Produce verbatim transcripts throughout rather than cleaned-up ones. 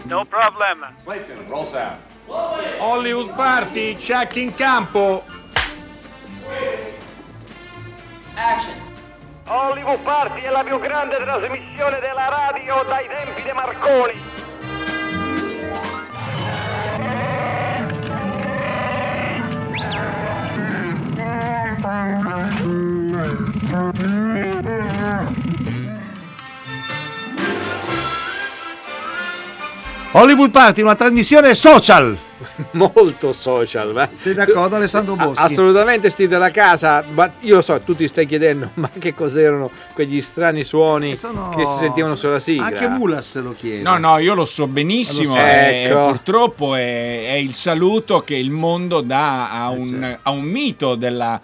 No problem. Clayton, roll sound. Hollywood Party, check in campo. Action. Hollywood Party è la più grande trasmissione della radio dai tempi di Marconi. Hollywood Party, una trasmissione social. Molto social, ma sei d'accordo, Alessandro Boschi? Assolutamente, sti della casa, ma io lo so, tu ti stai chiedendo ma che cos'erano quegli strani suoni sono... che si sentivano sulla sigla. Anche Mulas se lo chiede. No, no, io lo so benissimo, lo so. È, Ecco. purtroppo è, è il saluto che il mondo dà a un, a un mito della,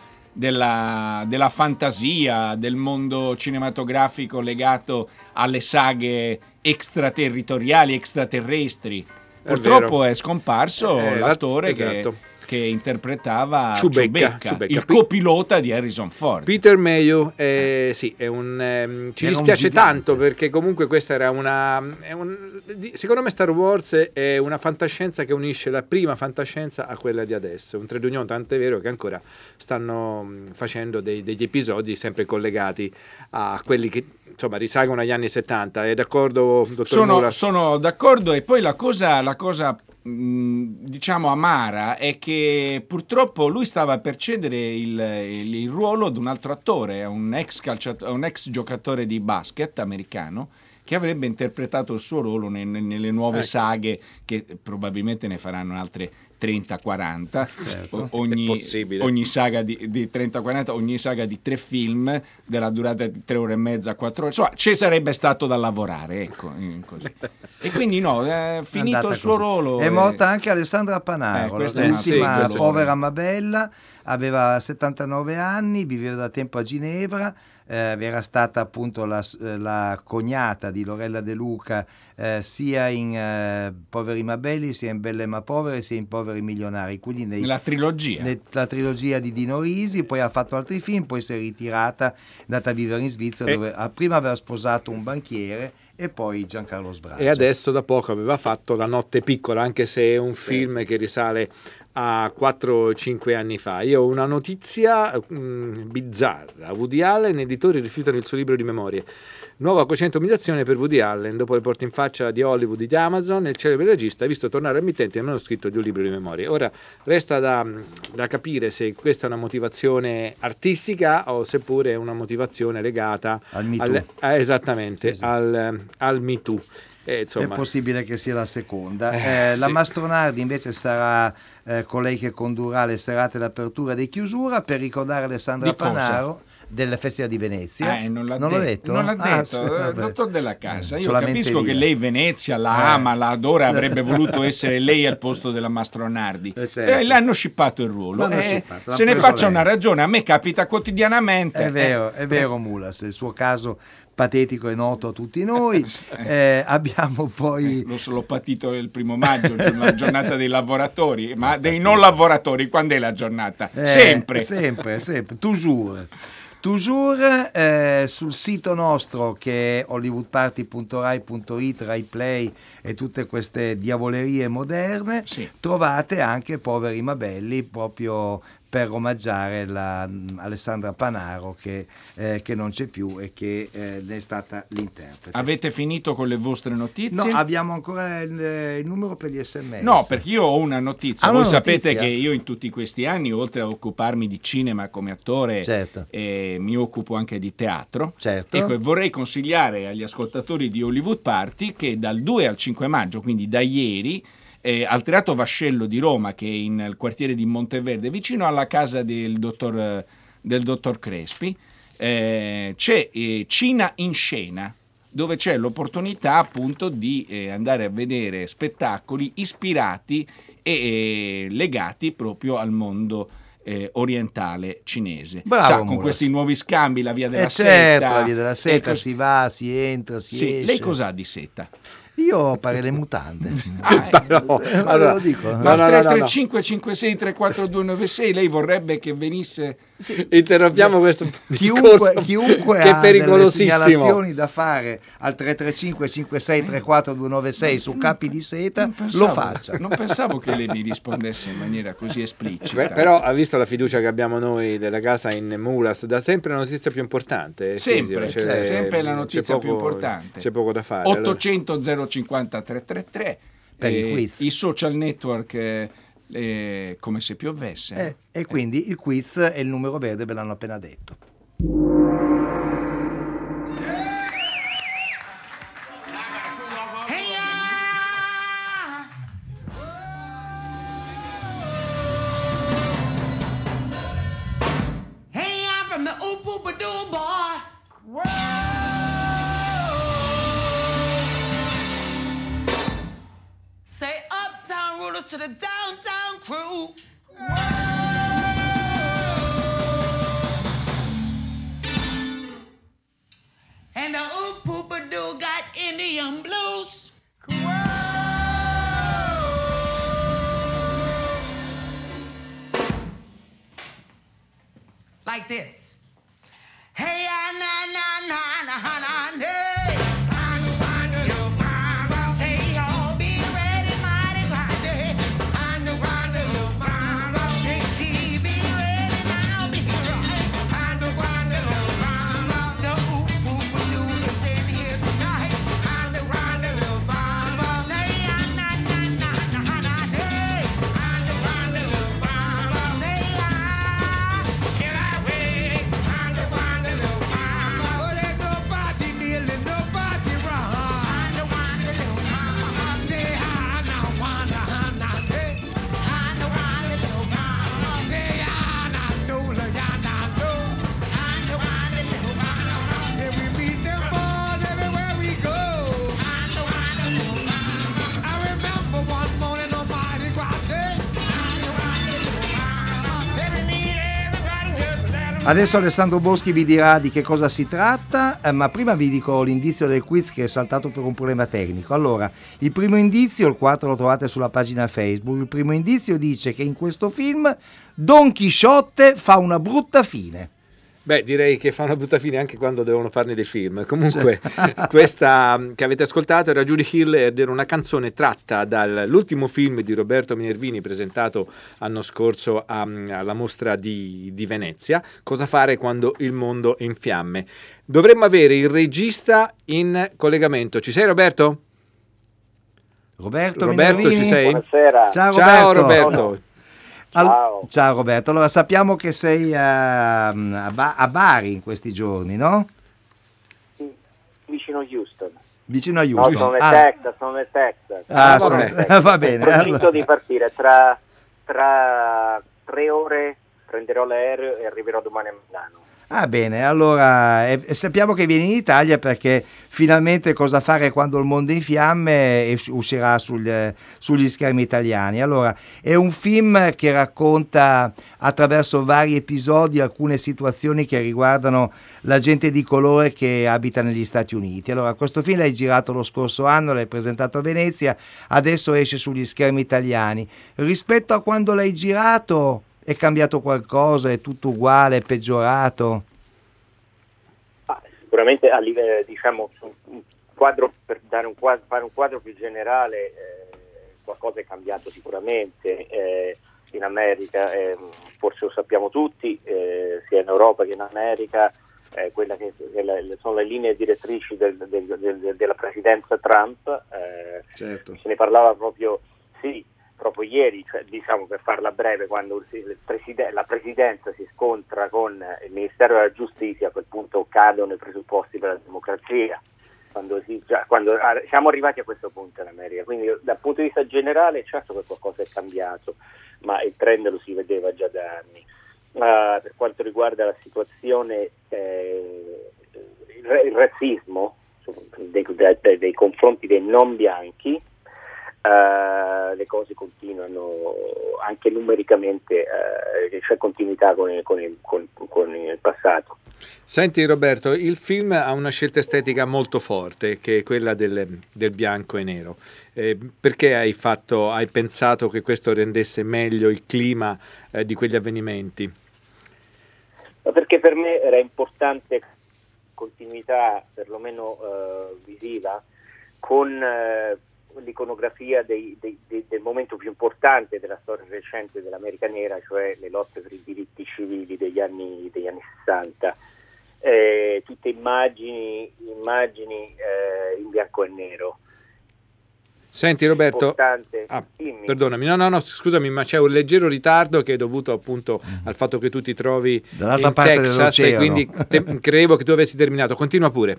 della, della fantasia, del mondo cinematografico legato alle saghe extraterritoriali, extraterrestri. Purtroppo è, è scomparso eh, l'attore esatto. che, che interpretava Ciubecca, Ciubecca, Ciubecca. il copilota di Harrison Ford. Peter Mayhew, eh, sì, è un, eh, ci era dispiace un tanto perché comunque questa era una, è un, secondo me Star Wars è una fantascienza che unisce la prima fantascienza a quella di adesso, un trade union, tant'è vero che ancora stanno facendo dei, degli episodi sempre collegati a quelli che insomma risalgono agli anni settanta. È d'accordo, dottor Sono, Mulas? sono d'accordo, e poi la cosa, la cosa mh, diciamo amara è che purtroppo lui stava per cedere il, il, il ruolo ad un altro attore, un ex, calciatore, un ex giocatore di basket americano che avrebbe interpretato il suo ruolo ne, nelle nuove ecco. saghe, che probabilmente ne faranno altre trenta quaranta, certo. ogni, ogni saga di, di trenta quaranta, ogni saga di tre film della durata di tre ore e mezza, quattro ore, insomma ci sarebbe stato da lavorare, ecco, così. E quindi no, è finito il suo così. ruolo. È e... morta anche Alessandra Panaro, eh, l'ultima sì, povera Mabella, aveva settantanove anni, viveva da tempo a Ginevra. Eh, era stata appunto la, la cognata di Lorella De Luca eh, sia in eh, Poveri ma Belli, sia in Belle ma Povere, sia in Poveri Milionari, quindi nei, nella trilogia nella trilogia di Dino Risi. Poi ha fatto altri film, poi si è ritirata, è andata a vivere in Svizzera, eh. dove prima aveva sposato un banchiere e poi Giancarlo Sbragia. E adesso da poco aveva fatto La notte piccola, anche se è un film sì. che risale a quattro cinque anni fa. Io ho una notizia mh, bizzarra. Woody Allen, editori rifiutano il suo libro di memorie. Nuova quotient umiliazione per Woody Allen dopo le porte in faccia di Hollywood di Amazon. Il celebre regista ha visto tornare al mittente il manoscritto di un libro di memorie. Ora resta da, da capire se questa è una motivazione artistica o seppure è una motivazione legata al Me al, Too. eh, esattamente, sì, sì. al, al Me Too. Eh, è possibile che sia la seconda. Eh, eh, la sì. Mastronardi invece sarà eh, colei che condurrà le serate d'apertura e di chiusura per ricordare Alessandra di Panaro del Festival di Venezia. Eh, non l'ha, non de- l'ho detto? Non l'ha Ah, detto, sì, eh, dottor Della Casa. Io solamente capisco via. che lei Venezia la Eh. ama, la adora, avrebbe voluto essere lei al posto della Mastronardi. Eh, certo. eh, le hanno scippato il ruolo. L'hanno Eh, scippato, se l'ha ne preso faccia lei. una ragione, a me capita quotidianamente. È vero, è vero Mulas, il suo caso patetico è noto a tutti noi. Eh, abbiamo poi... Lo so, l'ho patito il primo maggio, la giornata dei lavoratori, ma dei non lavoratori, quando è la giornata? Eh, Sempre. Sempre, sempre, toujours. Toujours eh, sul sito nostro che è hollywoodparty punto rai punto it, Rai Play e tutte queste diavolerie moderne, sì. trovate anche Poveri ma Belli, proprio per omaggiare la, Alessandra Panaro che, eh, che non c'è più e che eh, ne è stata l'interprete. Avete finito con le vostre notizie? No, abbiamo ancora il, il numero per gli sms. No, perché io ho una notizia. Ah, Voi una sapete notizia? che io in tutti questi anni, oltre a occuparmi di cinema come attore, certo. eh, mi occupo anche di teatro. Certo. Ecco, e vorrei consigliare agli ascoltatori di Hollywood Party che dal due al cinque maggio, quindi da ieri, Eh, al Teatro Vascello di Roma, che è in quartiere di Monteverde, vicino alla casa del dottor, del dottor Crespi, eh, c'è eh, Cina in Scena, dove c'è l'opportunità appunto di eh, andare a vedere spettacoli ispirati e eh, legati proprio al mondo eh, orientale cinese. Bravo, Sa, con Mulas. questi nuovi scambi, la via della eh seta. certo, la via della seta, ecco, si va, si entra, si sì, esce. lei cos'ha di seta? Io pare le mutande. Ah, no, eh, allora, lo dico. Ma no, al no, tre no, tre no. cinque cinque sei tre quattro due nove sei lei vorrebbe che venisse... Interrompiamo questo Chiunque, discorso chiunque che è ha delle pericolosissimo. segnalazioni da fare al tre tre cinque cinque sei tre quattro due nove sei su Capi di Seta, Non pensavo- lo faccia. Non pensavo che lei mi rispondesse in maniera così esplicita. Beh, però ha visto la fiducia che abbiamo noi della casa in Mulas, da sempre la notizia più importante. Sempre, Fisio, c'è c'è- sempre la c'è notizia più poco- importante. C'è poco da fare. allora. ottocento zero cinquanta tre tre tre Per i eh, quiz. i social network eh, eh, come se piovesse. Eh, e quindi il quiz è il numero verde, ve l'hanno appena detto. Hey, I'm from the Oop Oop Doo boy. Say uptown rulers to the downtown crew. And the Oop Oop Doo got Indian blues. Like this. Hey, ah, na, na, na, na, na, na, hey. Say, y'all be ready, mighty, mighty. Hey, she be ready, now be right. The Oop Oop Doo is in here tonight. Say, ah, na, na, na, na, na, hey. Say, ah. But ain't nobody kneeling, nobody wrong. Say, I know, wanna, I know, say. Say, I know, know, I know. Say, we meet them boys everywhere we go. I remember one morning on Mardi Gras Day. Say, we meet everybody just let 'em Adesso Alessandro Boschi vi dirà di che cosa si tratta, eh, ma prima vi dico l'indizio del quiz che è saltato per un problema tecnico. Allora, il primo indizio, il quattro lo trovate sulla pagina Facebook, il primo indizio dice che in questo film Don Chisciotte fa una brutta fine. Beh, direi che fa una brutta fine anche quando devono farne dei film. Comunque, questa mh, che avete ascoltato era Judy Hill ed era una canzone tratta dall'ultimo film di Roberto Minervini presentato l'anno scorso a- alla mostra di, di Venezia, Cosa fare quando il mondo è in fiamme. Dovremmo avere il regista in collegamento. Ci sei, Roberto? Roberto, Roberto, Minervini? ci sei? Buonasera. Ciao, Ciao, Roberto. Roberto. Al- Ciao. Ciao Roberto, allora sappiamo che sei a, a Ba- a Bari in questi giorni, no? Vicino Houston. Vicino a No, Houston. sono nel Ah, Texas, sono nel Texas. Ah, Sono vabbè. nel Texas. Va bene, Procinto allora. di partire tra, tra tre ore, prenderò l'aereo e arriverò domani a Milano. Ah bene, allora eh, sappiamo che vieni in Italia perché finalmente Cosa fare quando il mondo è in fiamme eh, uscirà sul, eh, sugli schermi italiani. Allora, è un film che racconta attraverso vari episodi alcune situazioni che riguardano la gente di colore che abita negli Stati Uniti. Allora, questo film l'hai girato lo scorso anno, l'hai presentato a Venezia, adesso esce sugli schermi italiani. Rispetto a quando l'hai girato, è cambiato qualcosa? È tutto uguale? È peggiorato? Ah, sicuramente a livello, diciamo, su un quadro, per dare un quadro, fare un quadro più generale, eh, qualcosa è cambiato sicuramente. Eh, in America, eh, forse lo sappiamo tutti, eh, sia in Europa che in America, eh, quella che, che la, sono le linee direttrici del, del, del, della presidenza Trump. Eh, Certo. se ne parlava proprio, sì, proprio ieri, cioè, diciamo per farla breve, quando il preside- la presidenza si scontra con il Ministero della Giustizia, a quel punto cadono i presupposti per la democrazia. Quando, si, già, quando ah, siamo arrivati a questo punto in America, quindi dal punto di vista generale certo che qualcosa è cambiato, ma il trend lo si vedeva già da anni. Uh, per quanto riguarda la situazione, eh, il, il razzismo dei, dei, dei confronti dei non bianchi, Uh, le cose continuano anche numericamente, uh, c'è continuità con il, con, il, con, con il passato. Senti Roberto, il film ha una scelta estetica molto forte, che è quella del, del bianco e nero. Eh, perché hai fatto, hai pensato che questo rendesse meglio il clima eh, di quegli avvenimenti? Perché per me era importante continuità, perlomeno eh, visiva, con eh, l'iconografia dei, dei, dei, del momento più importante della storia recente dell'America nera, cioè le lotte per i diritti civili degli anni, degli anni sessanta. Eh, tutte immagini, immagini eh, in bianco e nero. Senti Roberto, ah, perdonami, no, no, no, scusami, ma c'è un leggero ritardo che è dovuto appunto al fatto che tu ti trovi dall'altra in parte Texas e quindi te, credevo che tu avessi terminato. Continua pure.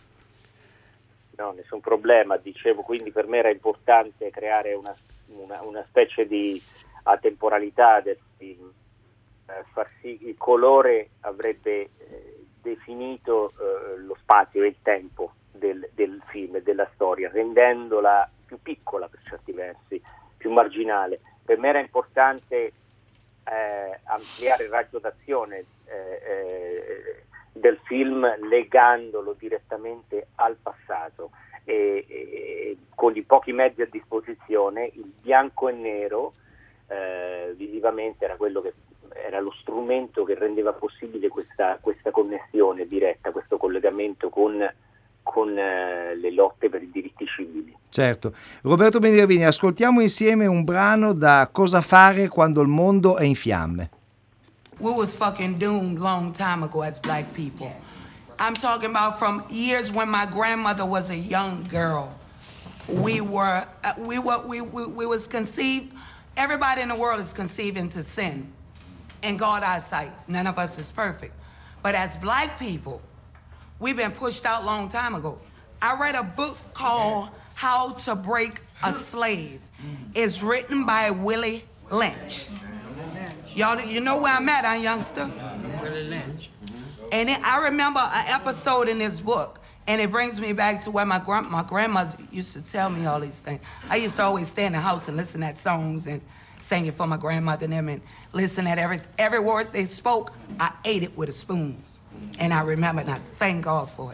No, nessun problema, dicevo, quindi per me era importante creare una, una, una specie di atemporalità del film, eh, far sì che il colore avrebbe eh, definito eh, lo spazio e il tempo del, del film e della storia, rendendola più piccola per certi versi, più marginale. Per me era importante eh, ampliare il raggio d'azione eh, eh, del film legandolo direttamente al passato e, e con i pochi mezzi a disposizione il bianco e nero eh, visivamente era quello che era lo strumento che rendeva possibile questa, questa connessione diretta, questo collegamento con, con eh, le lotte per i diritti civili. Certo. Roberto Minervini, ascoltiamo insieme un brano da Cosa fare quando il mondo è in fiamme. We was fucking doomed long time ago as black people. I'm talking about from years when my grandmother was a young girl. We were, uh, we were, we, we, we was conceived, everybody in the world is conceived into sin. In God's eyesight, none of us is perfect. But as black people, we've been pushed out long time ago. I read a book called How to Break a Slave. It's written by Willie Lynch. Y'all, you know where I'm at, huh, youngster? Willie Lynch. And it, I remember an episode in this book, and it brings me back to where my, grand, my grandmother used to tell me all these things. I used to always stay in the house and listen at songs and sing it for my grandmother and them and listen at every, every word they spoke. I ate it with a spoon. And I remember, and I thank God for it.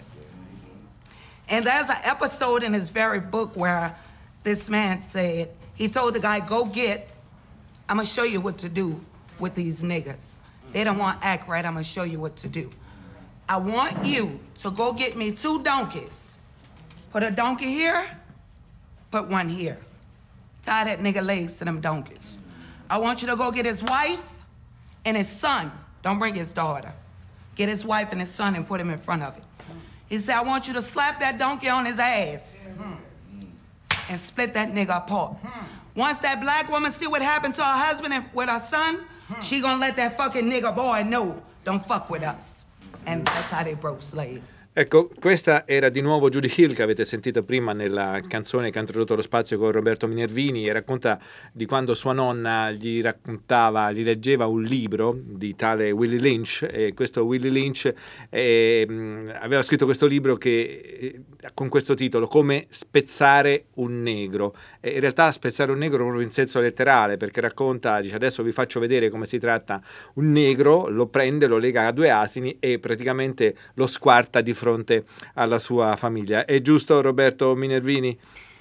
And there's an episode in this very book where this man said, he told the guy, go get, I'm gonna show you what to do with these niggas. They don't want to act right, I'm gonna show you what to do. I want you to go get me two donkeys. Put a donkey here, put one here. Tie that nigga legs to them donkeys. I want you to go get his wife and his son. Don't bring his daughter. Get his wife and his son and put him in front of it. He said, I want you to slap that donkey on his ass and split that nigga apart. Once that black woman see what happened to her husband and with her son, she gonna let that fucking nigga boy know, don't fuck with us. And that's how they broke slaves. Ecco, questa era di nuovo Judy Hill che avete sentito prima nella canzone che ha introdotto lo spazio con Roberto Minervini, e racconta di quando sua nonna gli raccontava, gli leggeva un libro di tale Willie Lynch, e questo Willie Lynch eh, aveva scritto questo libro che eh, con questo titolo, Come spezzare un negro. E in realtà spezzare un negro proprio in senso letterale, perché racconta, dice, adesso vi faccio vedere come si tratta un negro, lo prende, lo lega a due asini e praticamente lo squarta di fronte fronte alla sua famiglia. È giusto, Roberto Minervini?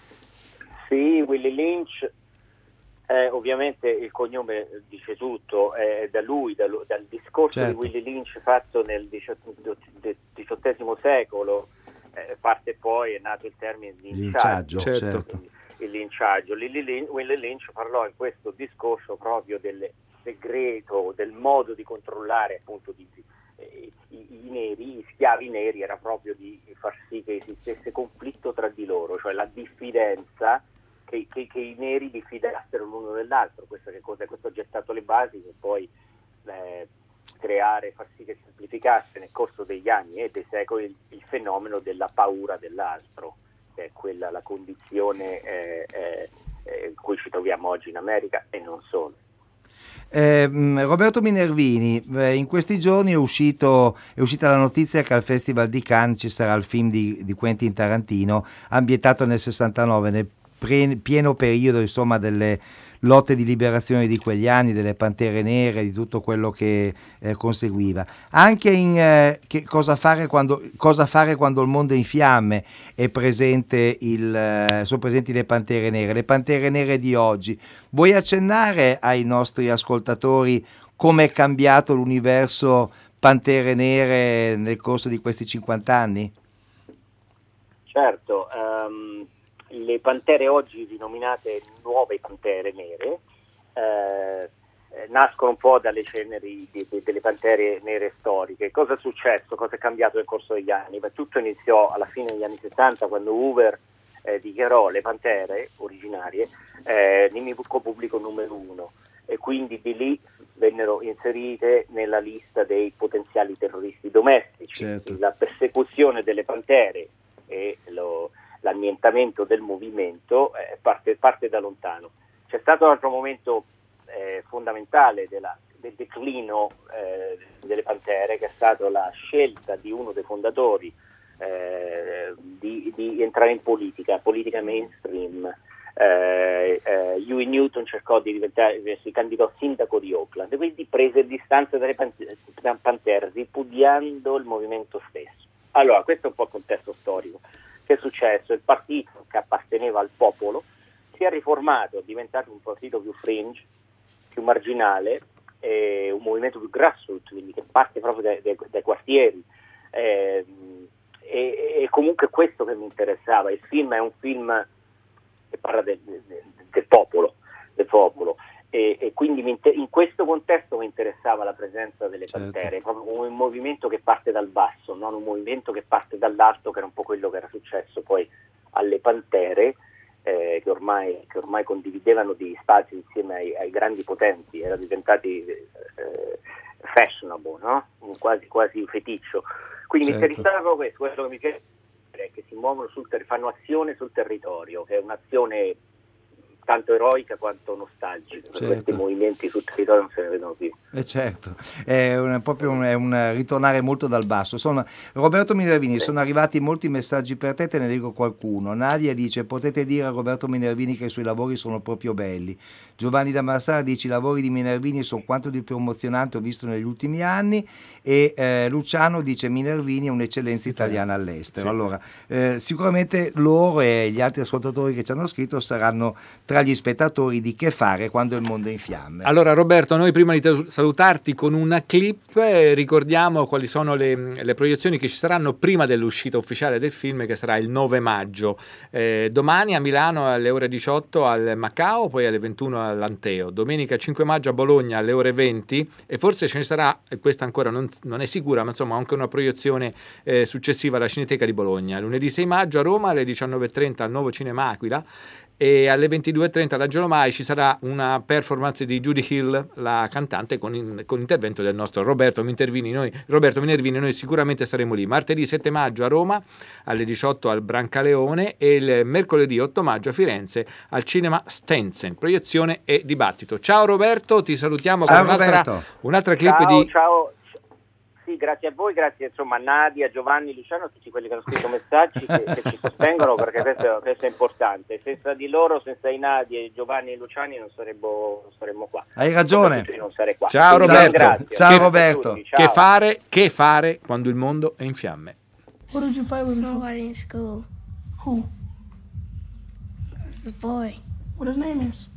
Sì, Willie Lynch, eh, ovviamente il cognome dice tutto, è da lui, da lui dal discorso certo. di Willie Lynch fatto nel diciottesimo secolo, eh, parte poi, è nato il termine di linciaggio. Certo. certo. Il linciaggio. Willie Lynch parlò in questo discorso proprio del segreto, del modo di controllare appunto di I, i neri, i schiavi neri, era proprio di far sì che esistesse conflitto tra di loro, cioè la diffidenza, che, che, che i neri diffidassero l'uno dell'altro. Questo che cosa? Questo ha gettato le basi per poi eh, creare, far sì che si amplificasse nel corso degli anni e dei secoli il, il fenomeno della paura dell'altro, che è quella la condizione eh, eh, eh, in cui ci troviamo oggi in America e non solo. Eh, Roberto Minervini, eh, in questi giorni è, uscito, è uscita la notizia che al Festival di Cannes ci sarà il film di, di Quentin Tarantino, ambientato nel sessantanove, nel pre, pieno periodo insomma delle lotte di liberazione di quegli anni, delle Pantere Nere, di tutto quello che eh, conseguiva. Anche in eh, che cosa, fare quando, cosa fare quando il mondo è in fiamme è presente il, eh, sono presenti le Pantere Nere. Le Pantere Nere di oggi, vuoi accennare ai nostri ascoltatori come è cambiato l'universo Pantere Nere nel corso di questi cinquanta anni? Certo, um, le Pantere oggi rinominate Nuove Pantere Nere eh, eh, nascono un po' dalle ceneri di, di, delle Pantere Nere storiche. Cosa è successo? Cosa è cambiato nel corso degli anni? Beh, tutto iniziò alla fine degli anni settanta, quando Hoover eh, dichiarò le Pantere originarie eh, nemico pubblico numero uno, e quindi di lì vennero inserite nella lista dei potenziali terroristi domestici. Certo. La persecuzione delle Pantere e lo, l'annientamento del movimento eh, parte, parte da lontano. C'è stato un altro momento eh, fondamentale della, del declino eh, delle Pantere, che è stata la scelta di uno dei fondatori eh, di, di entrare in politica, politica mainstream. Eh, eh, Huey Newton cercò di diventare, si candidò sindaco di Oakland e quindi prese distanza dalle Pantere, ripudiando il movimento stesso. Allora, questo è un po' il contesto storico. Che è successo? Il partito che apparteneva al popolo si è riformato, è diventato un partito più fringe, più marginale, eh, un movimento più grassroots, quindi che parte proprio dai, dai, dai quartieri. Eh, e, e comunque questo che mi interessava. Il film è un film che parla del, del, del popolo, del popolo. E, e quindi mi inter- in questo contesto mi interessava la presenza delle Pantere, certo. Proprio un movimento che parte dal basso, non un movimento che parte dall'alto, che era un po' quello che era successo poi alle Pantere, eh, che, ormai, che ormai condividevano degli spazi insieme ai, ai grandi potenti, erano diventati eh, fashionable, no? Quasi, quasi un feticcio. Quindi certo. Mi interessava questo, quello che mi piace è che si muovono sul ter- fanno azione sul territorio, che è un'azione tanto eroica quanto nostalgica. Certo. Questi movimenti sul territorio non se ne vedono più. Eh certo, è un, proprio un, è un ritornare molto dal basso. Sono, Roberto Minervini, sì. Sono arrivati molti messaggi per te, te ne leggo qualcuno. Nadia dice: potete dire a Roberto Minervini che i suoi lavori sono proprio belli. Giovanni da Marsala dice: i lavori di Minervini sono quanto di più emozionante ho visto negli ultimi anni. E eh, Luciano dice: Minervini è un'eccellenza italiana all'estero. Sì. Allora, eh, sicuramente loro e gli altri ascoltatori che ci hanno scritto saranno tra gli spettatori di Che fare quando il mondo è in fiamme. Allora Roberto, noi prima di te- salutarti con una clip eh, ricordiamo quali sono le, le proiezioni che ci saranno prima dell'uscita ufficiale del film, che sarà il nove maggio. Eh, domani a Milano alle ore diciotto al Macao, poi alle ventuno all'Anteo. Domenica cinque maggio a Bologna alle ore venti, e forse ce ne sarà, e questa ancora non, non è sicura, ma insomma anche una proiezione eh, successiva alla Cineteca di Bologna. Lunedì sei maggio a Roma alle diciannove e trenta al Nuovo Cinema Aquila, e alle ventidue e trenta alla Gelomai ci sarà una performance di Judy Hill, la cantante, con, in, con l'intervento del nostro Roberto Minervini. Noi, Roberto Minervini, noi sicuramente saremo lì. Martedì sette maggio a Roma alle diciotto al Brancaleone, e il mercoledì otto maggio a Firenze al Cinema Stenzen, proiezione e dibattito. Ciao Roberto, ti salutiamo con un'altra, un'altra clip ciao, di... Ciao. Sì, grazie a voi, grazie insomma a Nadia, Giovanni, Luciano, tutti quelli che hanno scritto messaggi che, che ci sostengono, perché questo, questo è importante. Senza di loro, senza i Nadia, Giovanni e Luciani non saremmo, non saremmo qua. Hai ragione. Non sarei qua. Ciao Quindi, Roberto. grazie. Ciao che, Roberto. Tutti, ciao. Che fare, che fare quando il mondo è in fiamme? What did you fight with before? Somebody in school. Who? The boy. What his name is?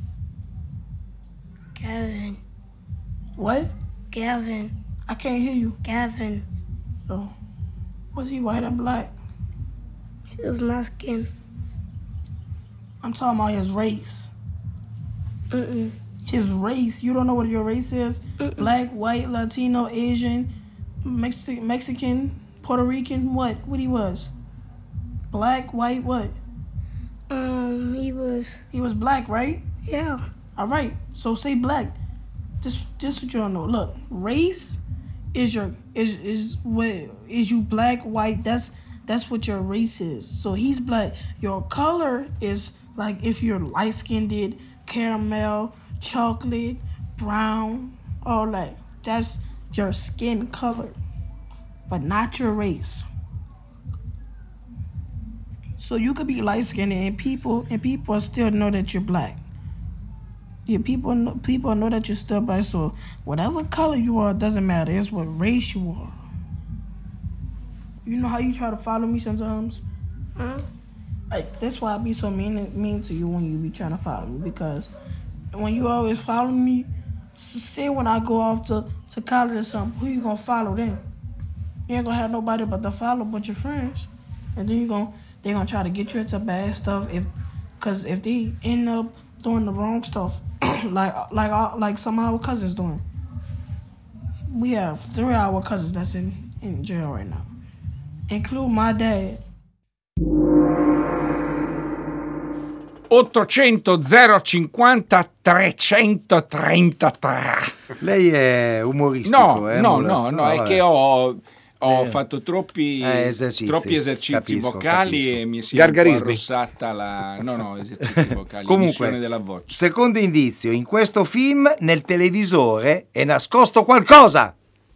Gavin. What? Gavin. I can't hear you. Gavin. Oh. Was he white or black? It was my skin. I'm talking about his race. Mm-mm. His race? You don't know what your race is? Mm-mm. Black, white, Latino, Asian, Mexi- Mexican, Puerto Rican, what? What he was? Black, white, what? Um, he was, He was black, right? yeah. All right. So say black. Just, just what you don't know. Look, race is your is is what is you black, white. That's that's what your race is. So he's black. Your color is like if you're light skinned, caramel, chocolate, brown, all that. That's your skin color, but not your race. So you could be light skinned and people and people still know that you're black. Yeah, people know, people know that you're still black. So whatever color you are doesn't matter. It's what race you are. You know how you try to follow me sometimes? Huh? Like that's why I be so mean mean to you when you be trying to follow me, because when you always follow me, so say when I go off to, to college or something, who you gonna follow then? You ain't gonna have nobody but to follow but your friends, and then you gonna they gonna try to get you into bad stuff if, cause if they end up doing the wrong stuff, like like our- like some of our cousins doing. We have three of our cousins that's in in jail right now, include my dad. ottocento zero cinquanta trecentotrentatré. Lei è umoristico, No, eh, no, Mulas? no, no, è vabbè. che ho, ho Eh. fatto troppi Eh, esercizi. troppi esercizi Capisco, vocali capisco. e mi si è un po' Gargarismi. arrossata la... No, no, esercizi vocali, Comunque, emissione della voce. secondo indizio, in questo film nel televisore è nascosto qualcosa.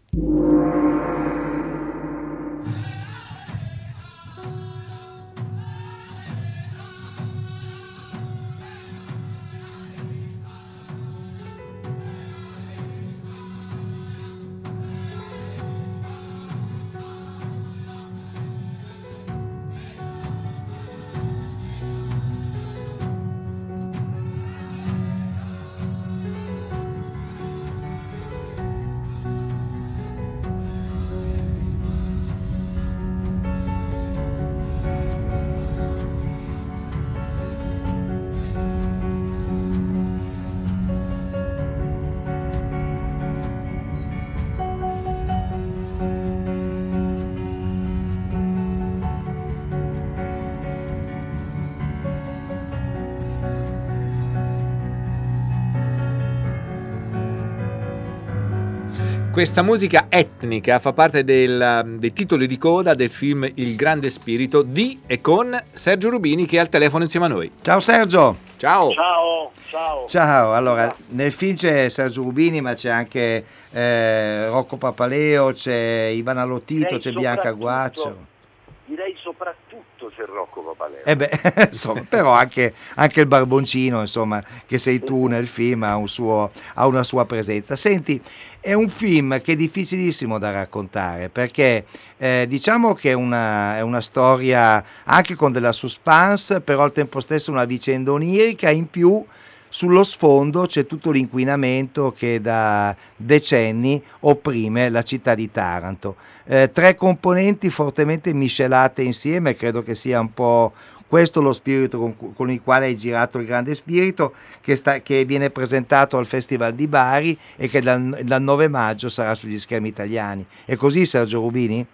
Questa musica etnica fa parte del, dei titoli di coda del film Il grande spirito di e con Sergio Rubini, che è al telefono insieme a noi. Ciao Sergio. Ciao. Ciao, ciao. Ciao, allora nel film c'è Sergio Rubini, ma c'è anche eh, Rocco Papaleo, c'è Ivana Lotito, Direi c'è Bianca soprattutto- Guaccio. Direi soprattutto c'è Rocco Papaleo. Eh beh, insomma, però anche, anche il barboncino, insomma, che sei tu nel film, ha, un suo, ha una sua presenza. Senti, è un film che è difficilissimo da raccontare, perché eh, diciamo che è una, è una storia anche con della suspense, però al tempo stesso una vicenda onirica, in più sullo sfondo c'è tutto l'inquinamento che da decenni opprime la città di Taranto. Eh, tre componenti fortemente miscelate insieme, credo che sia un po' questo lo spirito con, cu- con il quale hai girato Il grande spirito, che, sta, che viene presentato al Festival di Bari e che dal, dal nove maggio sarà sugli schermi italiani. È così, Sergio Rubini?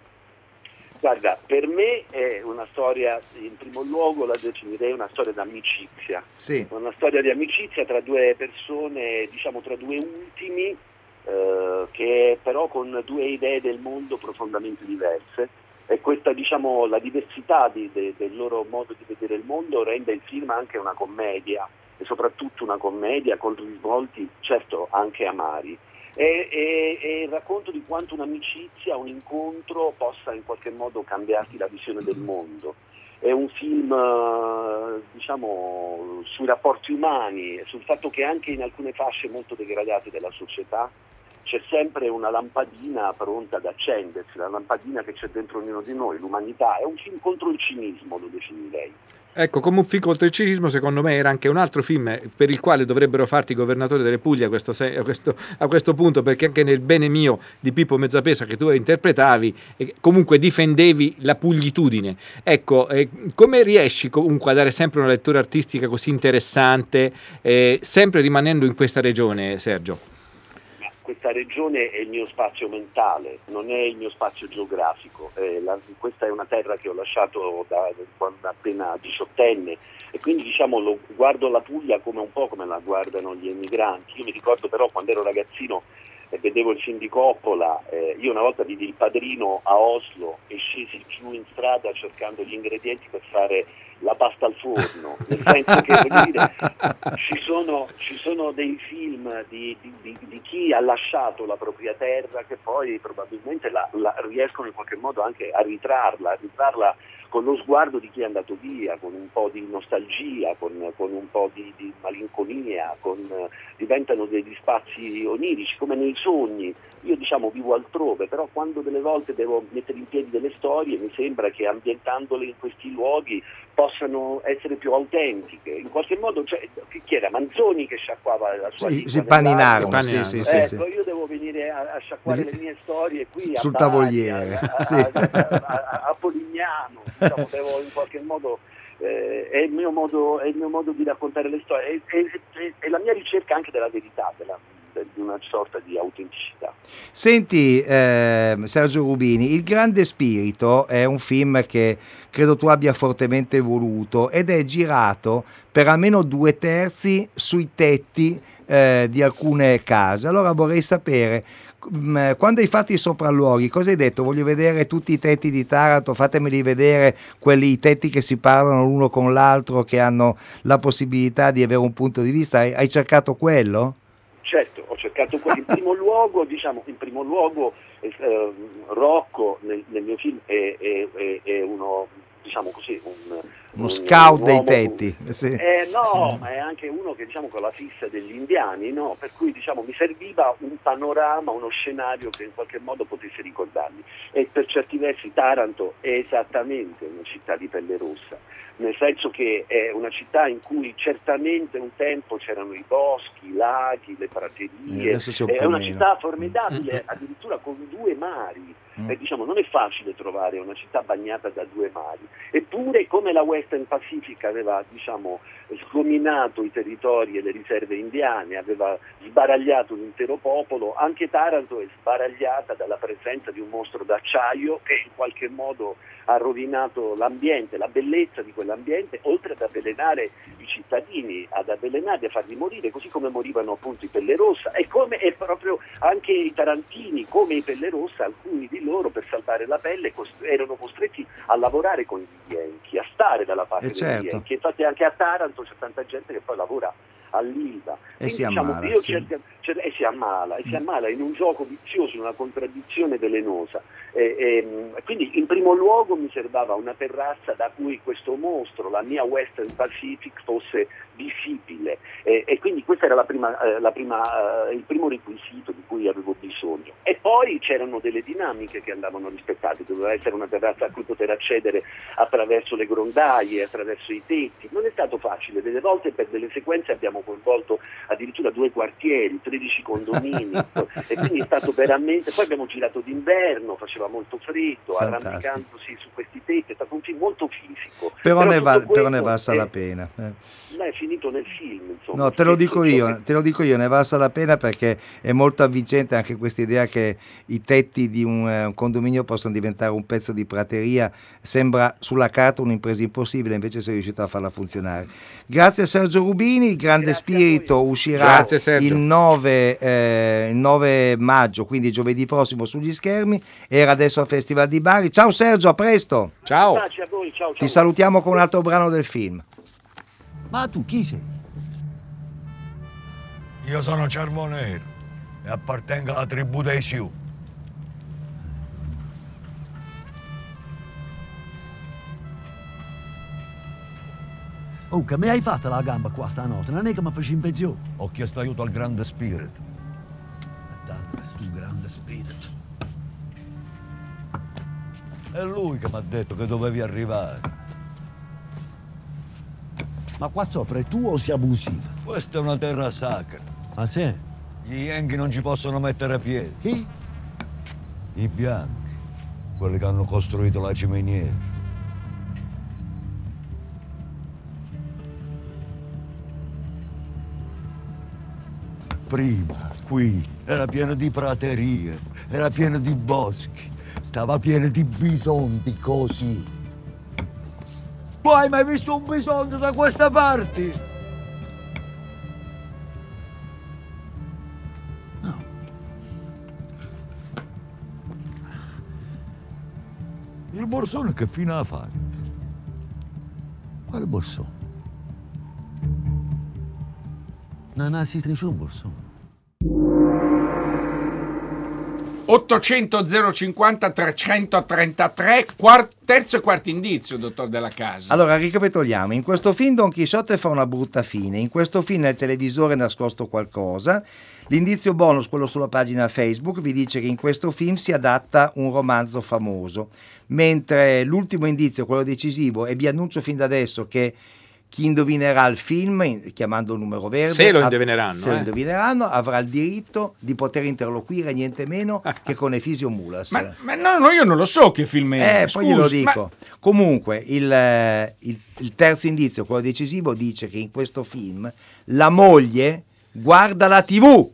Guarda, per me è una storia, in primo luogo la definirei una storia d'amicizia. Sì. Una storia di amicizia tra due persone, diciamo tra due ultimi, eh, che però con due idee del mondo profondamente diverse. E questa, diciamo, la diversità di- de- del loro modo di vedere il mondo rende il film anche una commedia, e soprattutto una commedia con risvolti, certo, anche amari. E, e- e il racconto di quanto un'amicizia, un incontro possa in qualche modo cambiarti la visione del mondo. È un film, eh, diciamo, sui rapporti umani, sul fatto che anche in alcune fasce molto degradate della società c'è sempre una lampadina pronta ad accendersi, la lampadina che c'è dentro ognuno di noi, l'umanità. È un film contro il cinismo, lo definirei. Ecco, come un film contro il cinismo, secondo me era anche un altro film per il quale dovrebbero farti governatore delle Puglie a questo, se- a questo, a questo punto, perché anche nel Bene mio di Pippo Mezzapesa che tu interpretavi, e comunque difendevi la puglitudine. Ecco, eh, come riesci comunque a dare sempre una lettura artistica così interessante, eh, sempre rimanendo in questa regione, Sergio? Ma questa regione è il mio spazio mentale, non è il mio spazio geografico. Eh, la- questa è una terra che ho lasciato da, da quando appena diciottenne, e quindi diciamo lo, guardo la Puglia come un po' come la guardano gli emigranti. Io mi ricordo però quando ero ragazzino e vedevo il film di Coppola, eh, io una volta vidi Il Padrino a Oslo e scesi giù in strada cercando gli ingredienti per fare la pasta al forno, nel senso che voglio dire, ci sono, ci sono dei film di, di- di- di chi ha lasciato la propria terra che poi probabilmente la, la riescono in qualche modo anche a ritrarla, a ritrarla con lo sguardo di chi è andato via, con un po' di nostalgia, con, con un po' di, di malinconia, con, diventano degli spazi onirici, come nei sogni. Io diciamo vivo altrove, però quando delle volte devo mettere in piedi delle storie mi sembra che ambientandole in questi luoghi possano essere più autentiche. In qualche modo, cioè, chi era? Manzoni che sciacquava la sua Sì, lingua sì, pani in nell'acqua. arma, sì, sì, sì, Ecco, sì. io devo venire a, a sciacquare le mie storie qui Sul a Bari, tavoliere, a, a, sì. a, a, a Polignano, diciamo, devo in qualche modo eh, è il mio modo è il mio modo di raccontare le storie, è, è, è, è la mia ricerca anche della verità, della, di una sorta di autenticità. Senti eh, Sergio Rubini, Il Grande Spirito è un film che credo tu abbia fortemente voluto ed è girato per almeno due terzi sui tetti eh, di alcune case. Allora vorrei sapere, mh, quando hai fatto i sopralluoghi, cosa hai detto? Voglio vedere tutti i tetti di Taranto, fatemeli vedere quelli i tetti che si parlano l'uno con l'altro, che hanno la possibilità di avere un punto di vista. Hai, hai cercato quello? Certo, ho cercato quello. In primo luogo, diciamo, in primo luogo eh, Rocco nel, nel mio film è, è, è, è uno, diciamo così, un, Uno un, scout un dei uomo, tetti. Sì. Eh, no, ma è anche uno che diciamo con la fissa degli indiani, no? Per cui diciamo mi serviva un panorama, uno scenario che in qualche modo potesse ricordarmi. E per certi versi Taranto è esattamente una città di pelle rossa, nel senso che è una città in cui certamente un tempo c'erano i boschi, i laghi, le praterie, è una meno. città formidabile, addirittura con due mari. Eh, diciamo, non è facile trovare una città bagnata da due mari, eppure come la Western Pacific aveva diciamo, sgominato i territori e le riserve indiane, aveva sbaragliato l'intero popolo, anche Taranto è sbaragliata dalla presenza di un mostro d'acciaio che in qualche modo ha rovinato l'ambiente, la bellezza di quell'ambiente, oltre ad avvelenare i cittadini, ad avvelenarli, a farli morire, così come morivano appunto i Pelle Rossa e come e proprio anche i tarantini, come i Pelle Rossa, alcuni di loro per salvare la pelle cost- erano costretti a lavorare con gli Yankee, a stare dalla parte Eh, degli certo. Yankee. Infatti anche a Taranto c'è tanta gente che poi lavora all'Ilva. E si diciamo, ammala, io sì. cerco- cer- e si ammala, e si ammala in un gioco vizioso, in una contraddizione velenosa. E, e, quindi in primo luogo mi servava una terrazza da cui questo mostro, la mia Western Pacific, fosse visibile e, e quindi questo era la prima, eh, la prima, eh, il primo requisito di cui avevo bisogno. E poi c'erano delle dinamiche che andavano rispettate, doveva essere una terrazza a cui poter accedere attraverso le grondaie, attraverso i tetti. Non è stato facile, delle volte per delle sequenze abbiamo coinvolto addirittura due quartieri, tredici condomini e quindi è stato veramente, poi abbiamo girato d'inverno, faceva molto freddo, Fantastico. arrampicandosi su questi tetti, è stato un film molto fisico. Però, ne, tutto val- però ne questo valsa è- la pena. eh. ma è finito nel film, insomma. No, te lo Spesso dico ciò io, che- te lo dico io, ne valsa la pena perché è molto avvincente anche questa idea che i tetti di un, eh, un condominio possano diventare un pezzo di prateria. Sembra sulla carta un'impresa impossibile, invece sei riuscito a farla funzionare. Grazie a Sergio Rubini, Il Grande Grazie a Spirito voi. uscirà Grazie, Sergio. il nove, eh, il nove maggio, quindi giovedì prossimo sugli schermi, era adesso al Festival di Bari. Ciao Sergio, a presto! Ciao. Pace a voi, ciao, ciao. Ti salutiamo con un altro brano del film. Ma tu chi sei? Io sono Cervo Nero e appartengo alla tribù dei Sioux. Oh, che mi hai fatto la gamba qua stanotte? Non è che mi faccio in pensione. Ho chiesto aiuto al grande Spirit. Madonna, stu grande spirito. È lui che mi ha detto che dovevi arrivare. Ma qua sopra è tuo o sei abusivo? Questa è una terra sacra. Ah sì? Gli Yankee non ci possono mettere piedi. Chi? I bianchi, quelli che hanno costruito la ciminiera. Prima, qui, era pieno di praterie, era pieno di boschi, stava pieno di bisonti così. Tu hai mai visto un bisonte da questa parte? No. Il borsone che fine ha fatto? Quale borsone? Non esiste nessun borsone. ottocento zero cinquanta trecentotrentatré, quart- terzo e quarto indizio, dottor Della Casa. Allora, ricapitoliamo. In questo film Don Chisciotte fa una brutta fine. In questo film nel televisore è nascosto qualcosa. L'indizio bonus, quello sulla pagina Facebook, vi dice che in questo film si adatta un romanzo famoso. Mentre l'ultimo indizio, quello decisivo, e vi annuncio fin da adesso che chi indovinerà il film, chiamando il numero verde, se lo indovineranno, se eh. lo indovineranno avrà il diritto di poter interloquire niente meno che con Efisio Mulas. Ma, ma no, no, io non lo so che film è. Eh, Scusi, poi glielo dico. ma... Comunque, il, il, il terzo indizio, quello decisivo, dice che in questo film la moglie guarda la tivù.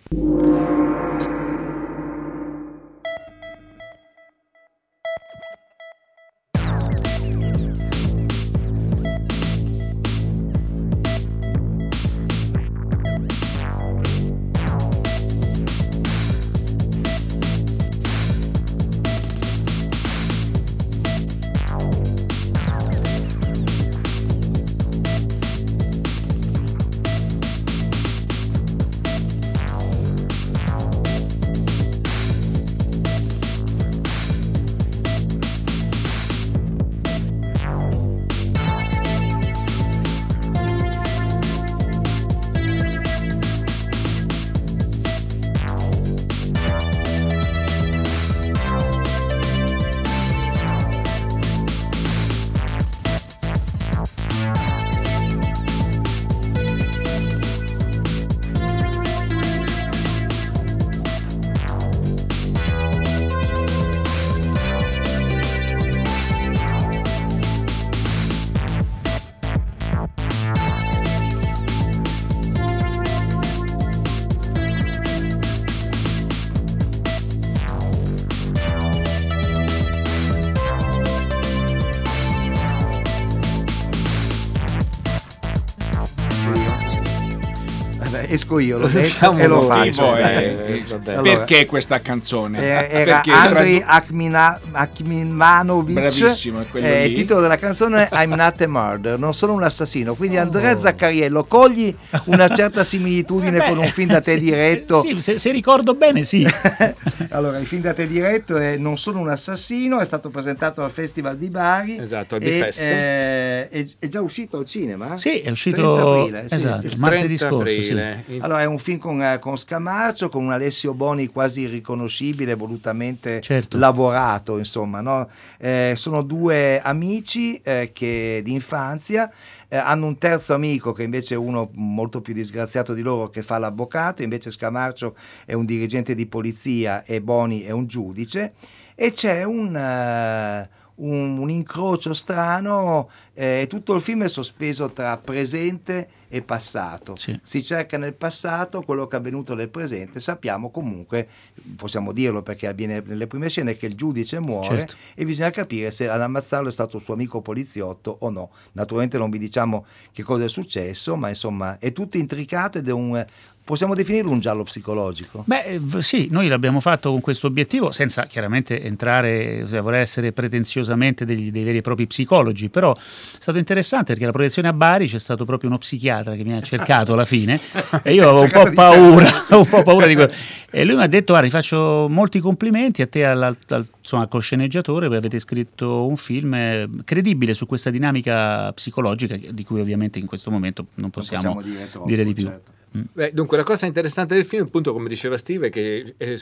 Esco io, lo metto e lo faccio. Eh, eh, allora, perché questa canzone? Eh, era perché Andriy tra... Akmina, Akminovic. Bravissimo, è quello eh, lì. Il titolo della canzone è I'm Not a Murderer, non sono un assassino. Quindi Andrea oh. Zaccariello, cogli una certa similitudine Beh, con un film da te sì, diretto. Sì, se, se ricordo bene, sì. Allora, il film da te diretto è Non sono un assassino, è stato presentato al Festival di Bari. Esatto, al e, Bifest. Eh, è, è già uscito al cinema? Sì, è uscito trenta aprile, esatto, sì, sì, martedì scorso. Aprile. Sì. Allora, è un film con, con Scamarcio, con un Alessio Boni quasi irriconoscibile, volutamente certo. lavorato, insomma, no? Eh, sono due amici eh, che di infanzia eh, hanno un terzo amico che invece è uno molto più disgraziato di loro, che fa l'avvocato. Invece Scamarcio è un dirigente di polizia e Boni è un giudice, e c'è un... Uh, Un, un incrocio strano e eh, tutto il film è sospeso tra presente e passato. Sì. Si cerca nel passato quello che è avvenuto nel presente. Sappiamo comunque, possiamo dirlo perché avviene nelle prime scene, che il giudice muore, certo. E bisogna capire se ad ammazzarlo è stato il suo amico poliziotto o no. Naturalmente non vi diciamo che cosa è successo, ma insomma è tutto intricato ed è un... Possiamo definirlo un giallo psicologico? Beh, sì, noi l'abbiamo fatto con questo obiettivo, senza chiaramente entrare, cioè, voler essere pretenziosamente degli, dei veri e propri psicologi, però è stato interessante perché la proiezione a Bari c'è stato proprio uno psichiatra che mi ha cercato alla fine e io avevo un po' paura, un po' paura di quello. E lui mi ha detto: guarda, ti faccio molti complimenti a te, al, al, insomma, al cosceneggiatore, perché avete scritto un film credibile su questa dinamica psicologica di cui ovviamente in questo momento non possiamo, non possiamo dire, troppo, dire di più. Certo. Beh, dunque, la cosa interessante del film, appunto, come diceva Steve, è che è,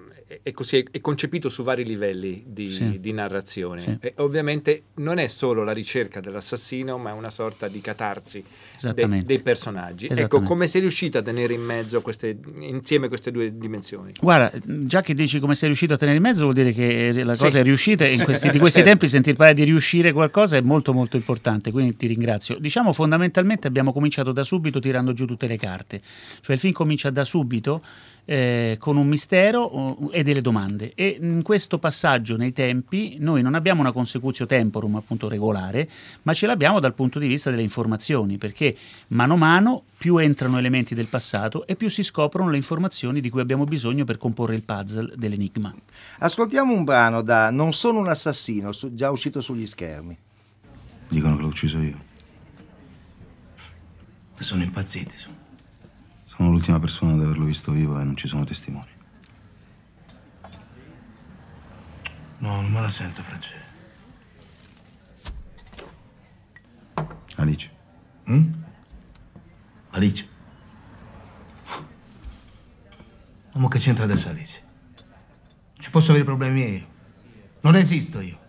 è, così, è concepito su vari livelli di, sì. di narrazione. Sì. E ovviamente non è solo la ricerca dell'assassino, ma è una sorta di catarsi de, dei personaggi. Ecco, come sei riuscito a tenere in mezzo queste, insieme queste due dimensioni? Guarda, già che dici come sei riuscito a tenere in mezzo, vuol dire che la cosa sì. è riuscita, e in questi, di questi certo. tempi sentir parlare di riuscire qualcosa è molto molto importante, quindi ti ringrazio. Diciamo, fondamentalmente abbiamo cominciato da subito tirando giù tutte le carte, cioè il film comincia da subito eh, con un mistero e delle domande, e in questo passaggio nei tempi noi non abbiamo una consecutio temporum appunto regolare, ma ce l'abbiamo dal punto di vista delle informazioni, perché mano a mano più entrano elementi del passato e più si scoprono le informazioni di cui abbiamo bisogno per comporre il puzzle dell'enigma. Ascoltiamo un brano da Non sono un assassino, già uscito sugli schermi. Dicono che l'ho ucciso io. Sono impazziti. Sono l'ultima persona ad averlo visto vivo e non ci sono testimoni. No, non me la sento, Francesco. Alice. Mm? Alice. Ma che c'entra adesso Alice? Ci posso avere problemi io. Non esisto io.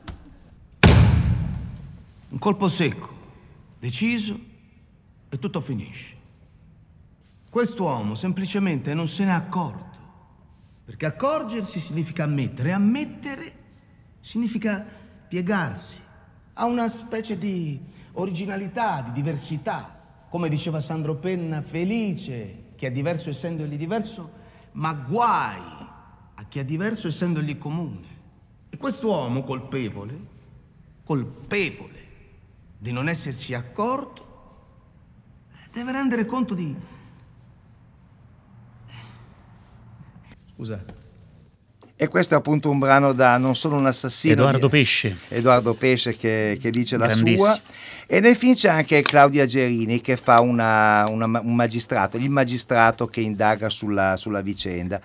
Un colpo secco, deciso, e tutto finisce. Quest'uomo semplicemente non se n'è accorto. Perché accorgersi significa ammettere, ammettere significa piegarsi a una specie di originalità, di diversità. Come diceva Sandro Penna, felice chi è diverso essendogli diverso, ma guai a chi è diverso essendogli comune. E quest'uomo colpevole, colpevole di non essersi accorto, deve rendere conto di... Scusate. E questo è appunto un brano da Non sono un assassino. Edoardo di... Pesce. Edoardo Pesce che, che dice la sua. E nel film c'è anche Claudia Gerini che fa una, una, un magistrato, il magistrato che indaga sulla, sulla vicenda.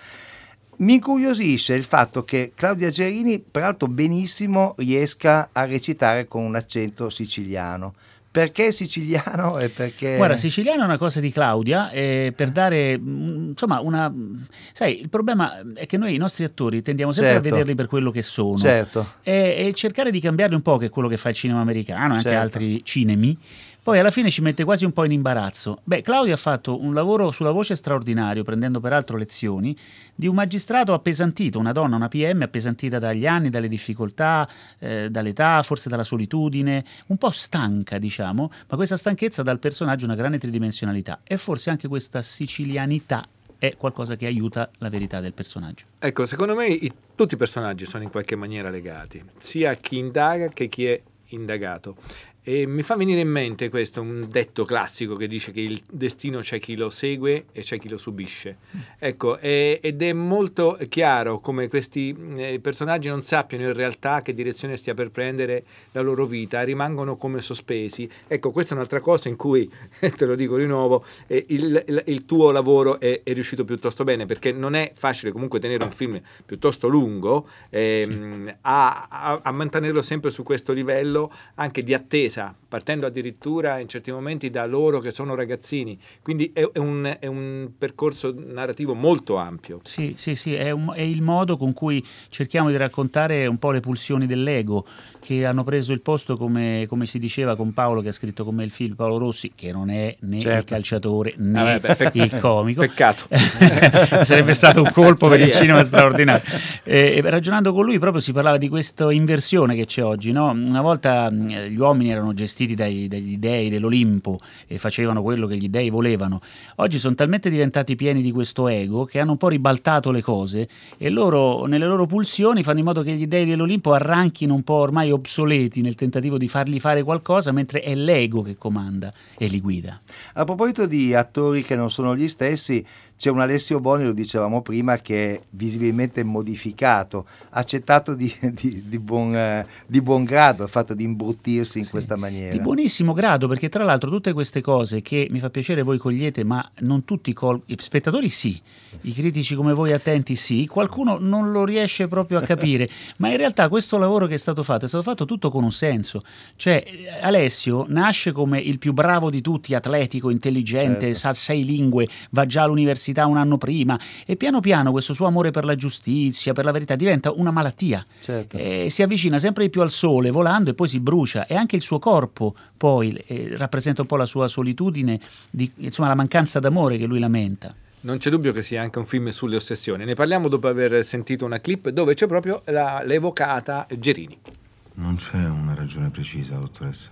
Mi incuriosisce il fatto che Claudia Gerini, peraltro benissimo, riesca a recitare con un accento siciliano. Perché siciliano e perché... Guarda, siciliano è una cosa di Claudia, eh, per dare, mh, insomma, una... Sai, il problema è che noi i nostri attori tendiamo sempre certo. a vederli per quello che sono. Certo. E, e cercare di cambiarli un po', che è quello che fa il cinema americano e anche certo. altri cinemi, poi alla fine ci mette quasi un po' in imbarazzo. Beh, Claudia ha fatto un lavoro sulla voce straordinario, prendendo peraltro lezioni, di un magistrato appesantito, una donna, una P M appesantita dagli anni, dalle difficoltà, eh, dall'età, forse dalla solitudine, un po' stanca, diciamo, ma questa stanchezza dà al personaggio una grande tridimensionalità e forse anche questa sicilianità è qualcosa che aiuta la verità del personaggio. Ecco, secondo me i, tutti i personaggi sono in qualche maniera legati, sia chi indaga che chi è indagato. E mi fa venire in mente questo, un detto classico che dice che il destino c'è chi lo segue e c'è chi lo subisce. Ecco, è, ed è molto chiaro come questi eh, personaggi non sappiano in realtà che direzione stia per prendere la loro vita, rimangono come sospesi. Ecco, questa è un'altra cosa in cui, te lo dico di nuovo, eh, il, il, il tuo lavoro è, è riuscito piuttosto bene, perché non è facile comunque tenere un film piuttosto lungo, ehm, sì. a, a, a mantenerlo sempre su questo livello anche di attesa, partendo addirittura in certi momenti da loro che sono ragazzini, quindi è, è, un, è un percorso narrativo molto ampio. Sì, sì, sì, è, un, è il modo con cui cerchiamo di raccontare un po' le pulsioni dell'ego, che hanno preso il posto, come, come si diceva con Paolo, che ha scritto con me il film, Paolo Rossi, che non è né certo. il calciatore né ah, beh, pe- il comico. Peccato. Sarebbe stato un colpo per il cinema straordinario. E, ragionando con lui proprio si parlava di questa inversione che c'è oggi, no? Una volta gli uomini erano gestiti dai, dagli dei dell'Olimpo e facevano quello che gli dei volevano. Oggi sono talmente diventati pieni di questo ego che hanno un po' ribaltato le cose e loro nelle loro pulsioni fanno in modo che gli dei dell'Olimpo arranchino un po' ormai obsoleti nel tentativo di fargli fare qualcosa, mentre è l'ego che comanda e li guida. A proposito di attori che non sono gli stessi, c'è un Alessio Boni, lo dicevamo prima, che è visibilmente modificato, accettato di, di, di, buon, eh, di buon grado il fatto di imbruttirsi in sì, questa maniera. Di buonissimo grado, perché tra l'altro tutte queste cose che mi fa piacere voi cogliete, ma non tutti col- i spettatori sì, sì, i critici come voi attenti sì, qualcuno non lo riesce proprio a capire, ma in realtà questo lavoro che è stato fatto è stato fatto tutto con un senso. Cioè Alessio nasce come il più bravo di tutti, atletico, intelligente, certo. sa sei lingue, va già all'università un anno prima e piano piano questo suo amore per la giustizia, per la verità diventa una malattia, certo. e si avvicina sempre di più al sole volando e poi si brucia, e anche il suo corpo poi eh, rappresenta un po' la sua solitudine, di, insomma la mancanza d'amore che lui lamenta. Non c'è dubbio che sia anche un film sulle ossessioni, ne parliamo dopo aver sentito una clip dove c'è proprio la, l'evocata Gerini. Non c'è una ragione precisa, dottoressa.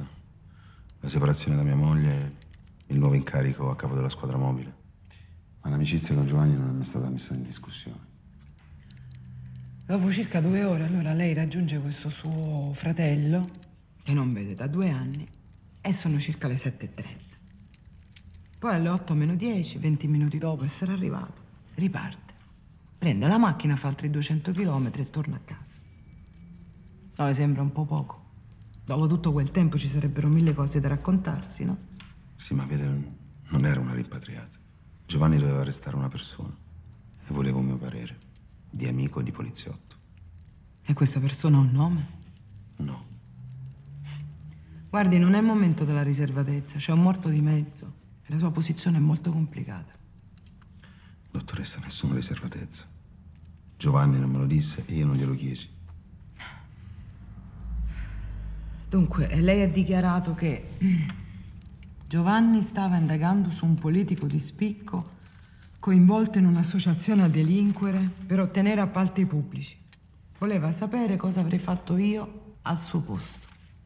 La separazione da mia moglie, il nuovo incarico a capo della squadra mobile. Ma l'amicizia con Giovanni non è mai stata messa in discussione. Dopo circa due ore, allora lei raggiunge questo suo fratello, che non vede da due anni, e sono circa le sette e trenta. Poi alle otto meno dieci, venti minuti dopo essere arrivato, riparte. Prende la macchina, fa altri duecento chilometri e torna a casa. No, le sembra un po' poco. Dopo tutto quel tempo ci sarebbero mille cose da raccontarsi, no? Sì, ma vede, non era una rimpatriata. Giovanni doveva arrestare una persona e volevo un mio parere, di amico e di poliziotto. E questa persona ha un nome? No. Guardi, non è il momento della riservatezza, c'è un morto di mezzo e la sua posizione è molto complicata. Dottoressa, nessuna riservatezza. Giovanni non me lo disse e io non glielo chiesi. Dunque, lei ha dichiarato che Giovanni stava indagando su un politico di spicco coinvolto in un'associazione a delinquere per ottenere appalti pubblici. Voleva sapere cosa avrei fatto io al suo posto.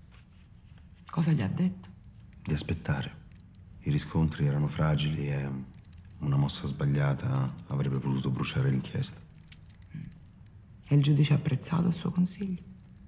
Cosa gli ha detto? Di aspettare. I riscontri erano fragili e una mossa sbagliata avrebbe potuto bruciare l'inchiesta. E il giudice ha apprezzato il suo consiglio?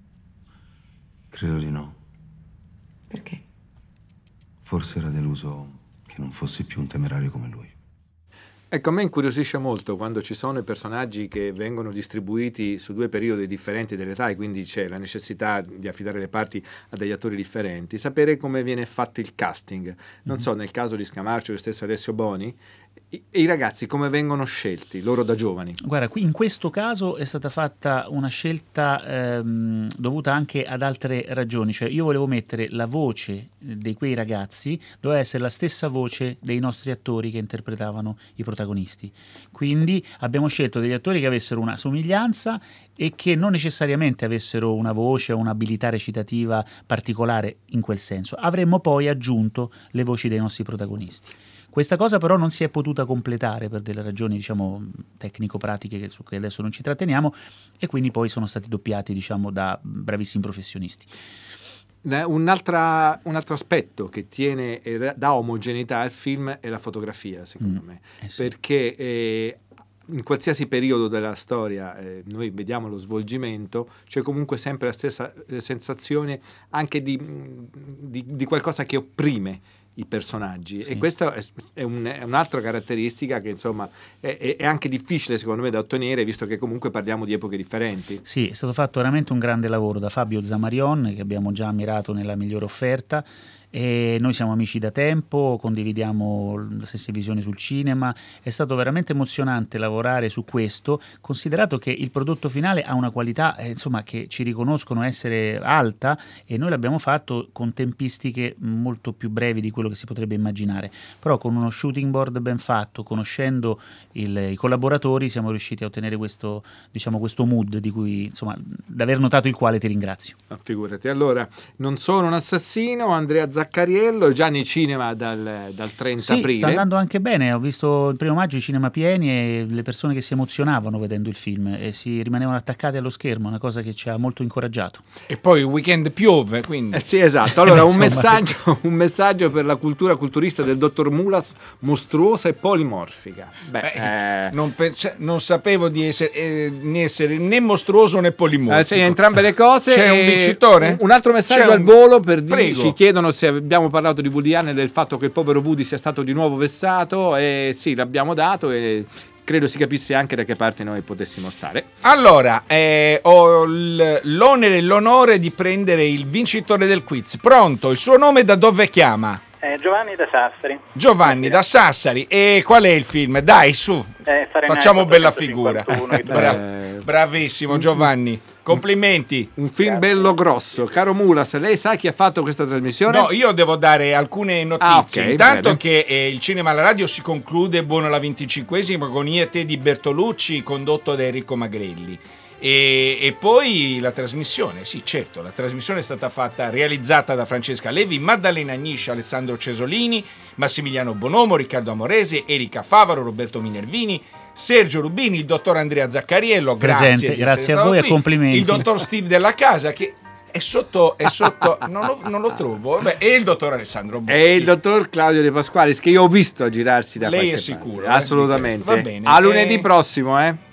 Credo di no. Perché? Forse era deluso che non fossi più un temerario come lui. Ecco, a me incuriosisce molto quando ci sono i personaggi che vengono distribuiti su due periodi differenti dell'età e quindi c'è la necessità di affidare le parti a degli attori differenti, sapere come viene fatto il casting. Non mm-hmm. so, nel caso di Scamarcio e lo stesso Alessio Boni, i, i ragazzi come vengono scelti, loro da giovani? Guarda, qui in questo caso è stata fatta una scelta ehm, dovuta anche ad altre ragioni, cioè io volevo mettere la voce di quei ragazzi, doveva essere la stessa voce dei nostri attori che interpretavano i protagonisti, quindi abbiamo scelto degli attori che avessero una somiglianza e che non necessariamente avessero una voce o un'abilità recitativa particolare in quel senso. Avremmo poi aggiunto le voci dei nostri protagonisti. Questa cosa però non si è potuta completare per delle ragioni, diciamo, tecnico-pratiche su cui adesso non ci tratteniamo, e quindi poi sono stati doppiati, diciamo, da bravissimi professionisti. Un'altra, un altro aspetto che tiene e dà omogeneità al film è la fotografia, secondo mm, me, eh sì. perché eh, in qualsiasi periodo della storia eh, noi vediamo lo svolgimento, c'è comunque sempre la stessa eh, sensazione anche di, di, di qualcosa che opprime i personaggi, sì. e questa è, è, un, è un'altra caratteristica che insomma è, è anche difficile secondo me da ottenere, visto che comunque parliamo di epoche differenti. Sì, è stato fatto veramente un grande lavoro da Fabio Zamarion, che abbiamo già ammirato nella Migliore Offerta, e noi siamo amici da tempo, condividiamo le stesse visioni sul cinema. È stato veramente emozionante lavorare su questo, considerato che il prodotto finale ha una qualità eh, insomma che ci riconoscono essere alta, e noi l'abbiamo fatto con tempistiche molto più brevi di quello che si potrebbe immaginare, però con uno shooting board ben fatto, conoscendo il, i collaboratori, siamo riusciti a ottenere questo, diciamo, questo mood di cui, insomma, d'aver notato il quale ti ringrazio. Ah, figurati. Allora, Non sono un assassino, Andrea Zaccariello, già nei cinema dal, dal trenta sì, aprile. Sta andando anche bene, ho visto il primo maggio i cinema pieni e le persone che si emozionavano vedendo il film e si rimanevano attaccate allo schermo, una cosa che ci ha molto incoraggiato. E poi il weekend piove, quindi... Eh sì, esatto. Allora, un, messaggio, un messaggio per la cultura culturista del dottor Mulas, mostruosa e polimorfica. Beh, Beh, eh... non, pensa, non sapevo di essere, eh, né essere né mostruoso né polimorfico. Eh, sì, entrambe le cose. C'è un vincitore? Un altro messaggio C'è al un... volo per dire, Prego. ci chiedono se abbiamo parlato di Woody Allen e del fatto che il povero Woody sia stato di nuovo vessato, e sì, l'abbiamo dato e credo si capisse anche da che parte noi potessimo stare. Allora, eh, ho l'onere e l'onore di prendere il vincitore del quiz. Pronto? Il suo nome da dove chiama? Eh, Giovanni da Sassari. Giovanni da Sassari. E qual è il film? Dai, su, eh, facciamo bella figura. Bra- Eh, bravissimo Giovanni, complimenti. Un film Grazie. bello grosso. Caro Mulas, lei sa chi ha fatto questa trasmissione? No, io devo dare alcune notizie. Ah, okay, Intanto bene. che eh, il cinema alla radio si conclude buono alla venticinquesima con Io e te di Bertolucci, condotto da Enrico Magrelli. E, e poi la trasmissione, sì certo, la trasmissione è stata fatta, realizzata da Francesca Levi, Maddalena Agniscia, Alessandro Cesolini, Massimiliano Bonomo, Riccardo Amorese, Erika Favaro, Roberto Minervini, Sergio Rubini, il dottor Andrea Zaccariello, Presente, grazie, grazie a voi qui, e complimenti. il dottor Steve Della Casa che è sotto, è sotto non, lo, non lo trovo, vabbè, e il dottor Alessandro Boschi. E il dottor Claudio De Pasqualis, che io ho visto a girarsi da Lei qualche è sicuro? parte. Eh, Assolutamente. Va bene. A lunedì eh... prossimo, eh.